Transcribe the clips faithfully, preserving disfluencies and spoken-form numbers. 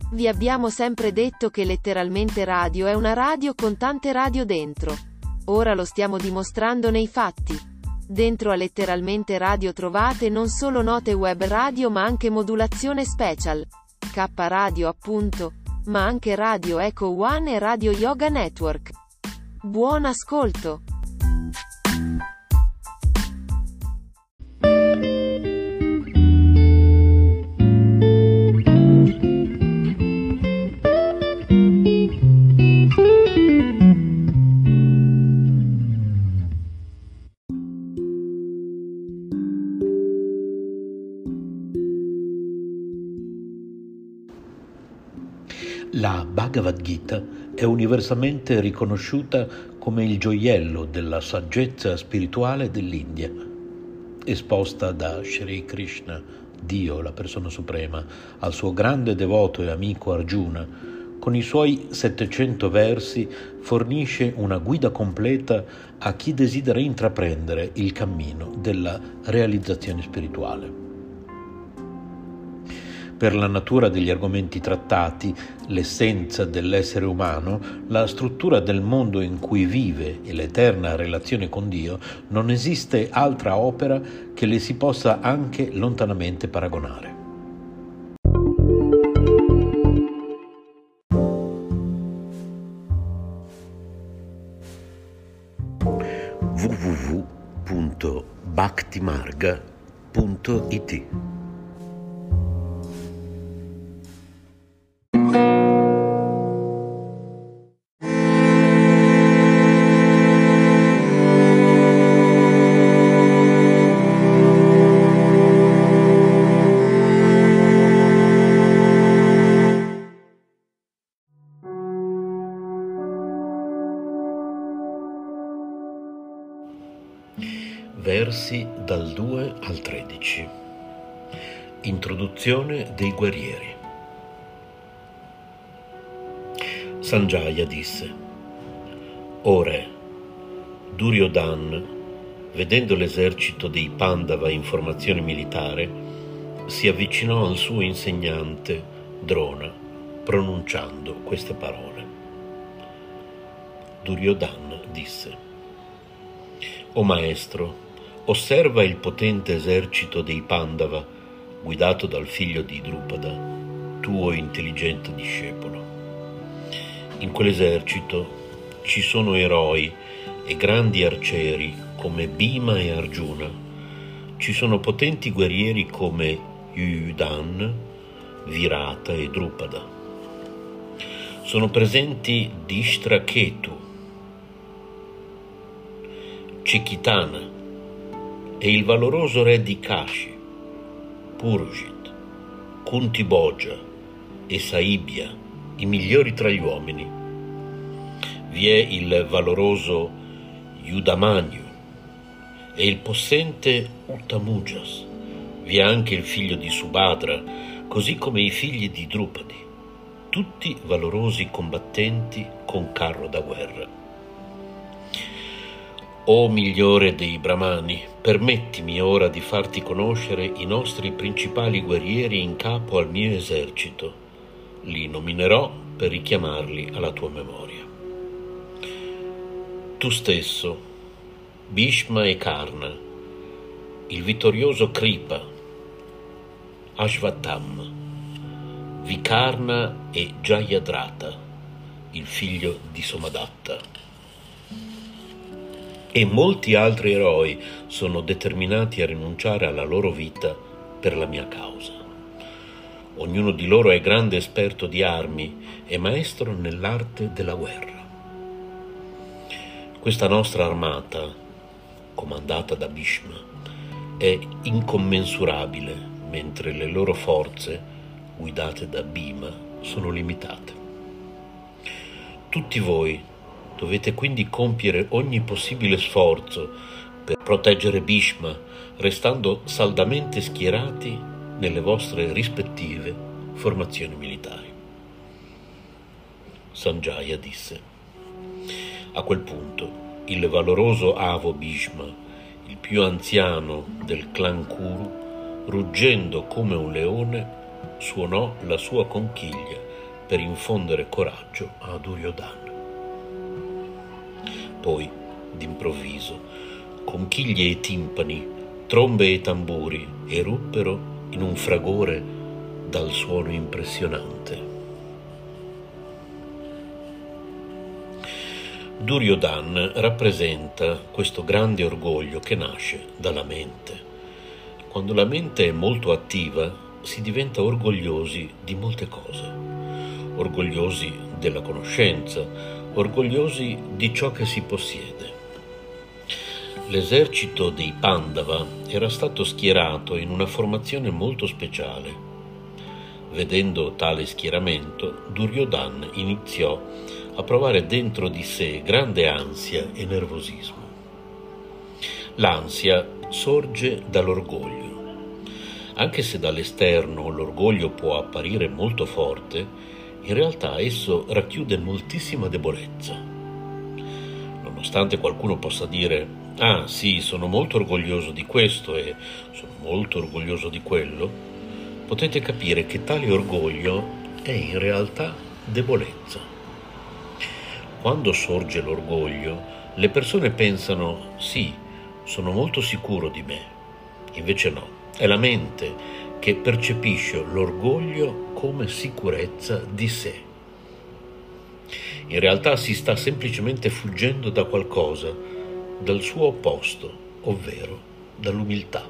Vi abbiamo sempre detto che Letteralmente Radio è una radio con tante radio dentro. Ora lo stiamo dimostrando nei fatti. Dentro a Letteralmente Radio trovate non solo note web radio ma anche modulazione special. K Radio appunto. Ma anche Radio Echo One e Radio Yoga Network. Buon ascolto! La Bhagavad Gita è universalmente riconosciuta come il gioiello della saggezza spirituale dell'India. Esposta da Shri Krishna, Dio, la persona suprema, al suo grande devoto e amico Arjuna, con i suoi settecento versi fornisce una guida completa a chi desidera intraprendere il cammino della realizzazione spirituale. Per la natura degli argomenti trattati, l'essenza dell'essere umano, la struttura del mondo in cui vive e l'eterna relazione con Dio, non esiste altra opera che le si possa anche lontanamente paragonare. w w w punto bhaktimarga punto i t Versi dal due al tredici. Introduzione dei guerrieri. Sanjaya disse: O re, Duryodhana, vedendo l'esercito dei Pandava in formazione militare, si avvicinò al suo insegnante Drona, pronunciando queste parole. Duryodhana disse: O maestro, osserva il potente esercito dei Pandava, guidato dal figlio di Drupada, tuo intelligente discepolo. In quell'esercito ci sono eroi e grandi arcieri come Bhima e Arjuna. Ci sono potenti guerrieri come Yuyudhan, Virata e Drupada. Sono presenti Dishtraketu, Cikitana e il valoroso re di Kashi, Purujit, Kuntiboja e Saibhya, i migliori tra gli uomini. Vi è il valoroso Yudamanyu e il possente Uttamujas. Vi è anche il figlio di Subhadra, così come i figli di Drupadi, tutti valorosi combattenti con carro da guerra. O migliore dei Brahmani, permettimi ora di farti conoscere i nostri principali guerrieri in capo al mio esercito. Li nominerò per richiamarli alla tua memoria. Tu stesso, Bhishma e Karna, il vittorioso Kripa, Ashvatthama, Vikarna e Jayadratha, il figlio di Somadatta. E molti altri eroi sono determinati a rinunciare alla loro vita per la mia causa. Ognuno di loro è grande esperto di armi e maestro nell'arte della guerra. Questa nostra armata, comandata da Bhishma, è incommensurabile, mentre le loro forze, guidate da Bhima, sono limitate. Tutti voi dovete quindi compiere ogni possibile sforzo per proteggere Bhishma, restando saldamente schierati nelle vostre rispettive formazioni militari. Sanjaya disse: a quel punto il valoroso Avo Bhishma, il più anziano del clan Kuru, ruggendo come un leone, suonò la sua conchiglia per infondere coraggio a Duryodhana. Poi, d'improvviso, conchiglie e timpani, trombe e tamburi eruppero in un fragore dal suono impressionante. Duryodhana rappresenta questo grande orgoglio che nasce dalla mente. Quando la mente è molto attiva, si diventa orgogliosi di molte cose, orgogliosi della conoscenza, orgogliosi di ciò che si possiede. L'esercito dei Pandava era stato schierato in una formazione molto speciale. Vedendo tale schieramento, Duryodhana iniziò a provare dentro di sé grande ansia e nervosismo. L'ansia sorge dall'orgoglio. Anche se dall'esterno l'orgoglio può apparire molto forte, in realtà esso racchiude moltissima debolezza. Nonostante qualcuno possa dire: ah sì, sono molto orgoglioso di questo e sono molto orgoglioso di quello, potete capire che tale orgoglio è in realtà debolezza. Quando sorge l'orgoglio, le persone pensano: sì, sono molto sicuro di me. Invece no. È la mente che percepisce l'orgoglio come sicurezza di sé. In realtà si sta semplicemente fuggendo da qualcosa, dal suo opposto, ovvero dall'umiltà.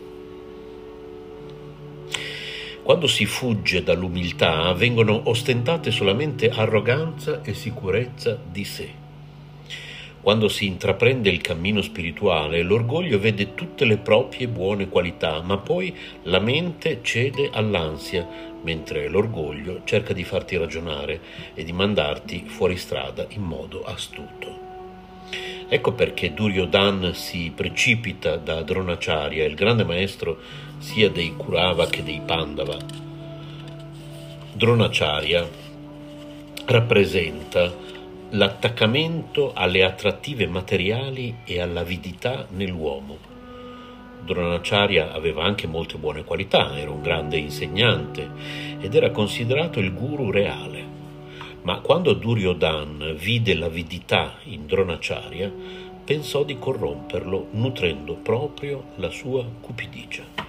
Quando si fugge dall'umiltà, vengono ostentate solamente arroganza e sicurezza di sé. Quando si intraprende il cammino spirituale, l'orgoglio vede tutte le proprie buone qualità, ma poi la mente cede all'ansia, mentre l'orgoglio cerca di farti ragionare e di mandarti fuori strada in modo astuto. Ecco perché Duryodhana si precipita da Dronacharya, il grande maestro sia dei Kurava che dei Pandava. Dronacharya rappresenta l'attaccamento alle attrattive materiali e all'avidità nell'uomo. Dronacharya aveva anche molte buone qualità, era un grande insegnante ed era considerato il guru reale. Ma quando Duryodhana vide l'avidità in Dronacharya, pensò di corromperlo nutrendo proprio la sua cupidigia.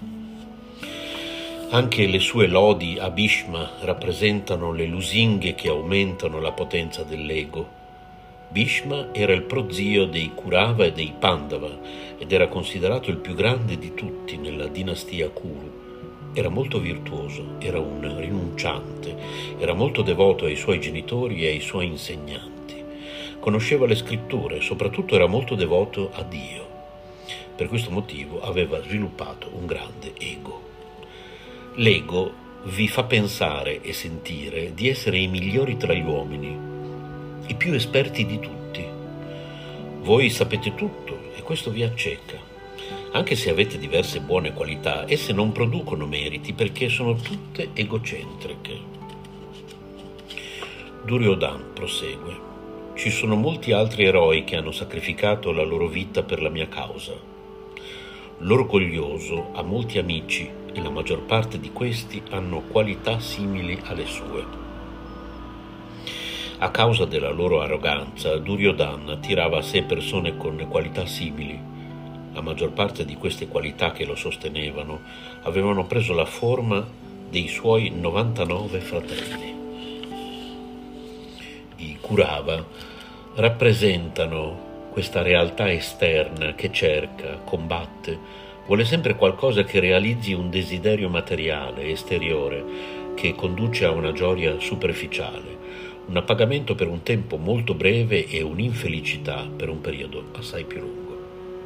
Anche le sue lodi a Bhishma rappresentano le lusinghe che aumentano la potenza dell'ego. Bhishma era il prozio dei Kurava e dei Pandava ed era considerato il più grande di tutti nella dinastia Kuru. Era molto virtuoso, era un rinunciante, era molto devoto ai suoi genitori e ai suoi insegnanti. Conosceva le scritture e soprattutto era molto devoto a Dio. Per questo motivo aveva sviluppato un grande ego. L'ego vi fa pensare e sentire di essere i migliori tra gli uomini, i più esperti di tutti. Voi sapete tutto e questo vi acceca. Anche se avete diverse buone qualità, esse non producono meriti perché sono tutte egocentriche. Duryodhana prosegue: ci sono molti altri eroi che hanno sacrificato la loro vita per la mia causa. L'orgoglioso ha molti amici e la maggior parte di questi hanno qualità simili alle sue. A causa della loro arroganza, Duryodhana attirava a sé persone con qualità simili. La maggior parte di queste qualità che lo sostenevano avevano preso la forma dei suoi novantanove fratelli. I Kurava rappresentano questa realtà esterna che cerca, combatte, vuole sempre qualcosa che realizzi un desiderio materiale, esteriore, che conduce a una gioia superficiale, un appagamento per un tempo molto breve e un'infelicità per un periodo assai più lungo.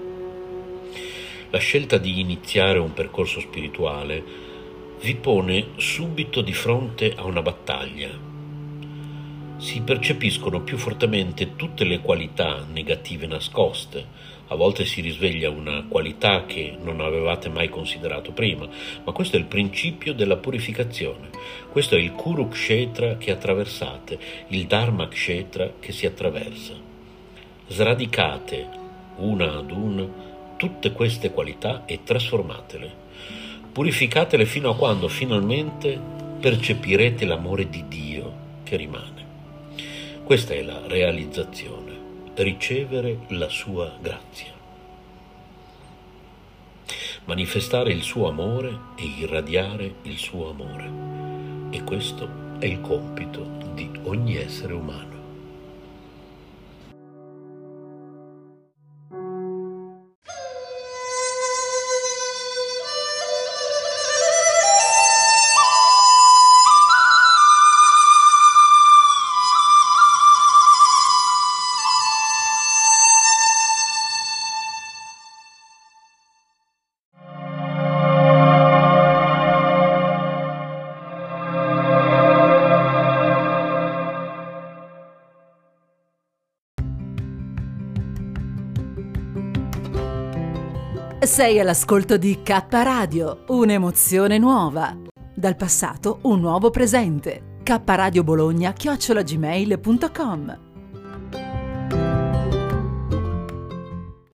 La scelta di iniziare un percorso spirituale vi pone subito di fronte a una battaglia. Si percepiscono più fortemente tutte le qualità negative nascoste. A volte si risveglia una qualità che non avevate mai considerato prima, ma questo è il principio della purificazione. Questo è il Kurukshetra che attraversate, il Dharma Kshetra che si attraversa. Sradicate una ad una tutte queste qualità e trasformatele. Purificatele fino a quando finalmente percepirete l'amore di Dio che rimane. Questa è la realizzazione, ricevere la sua grazia. Manifestare il suo amore e irradiare il suo amore. E questo è il compito di ogni essere umano. Sei all'ascolto di K Radio, un'emozione nuova. Dal passato un nuovo presente. K Radio Bologna chiocciola gmail punto com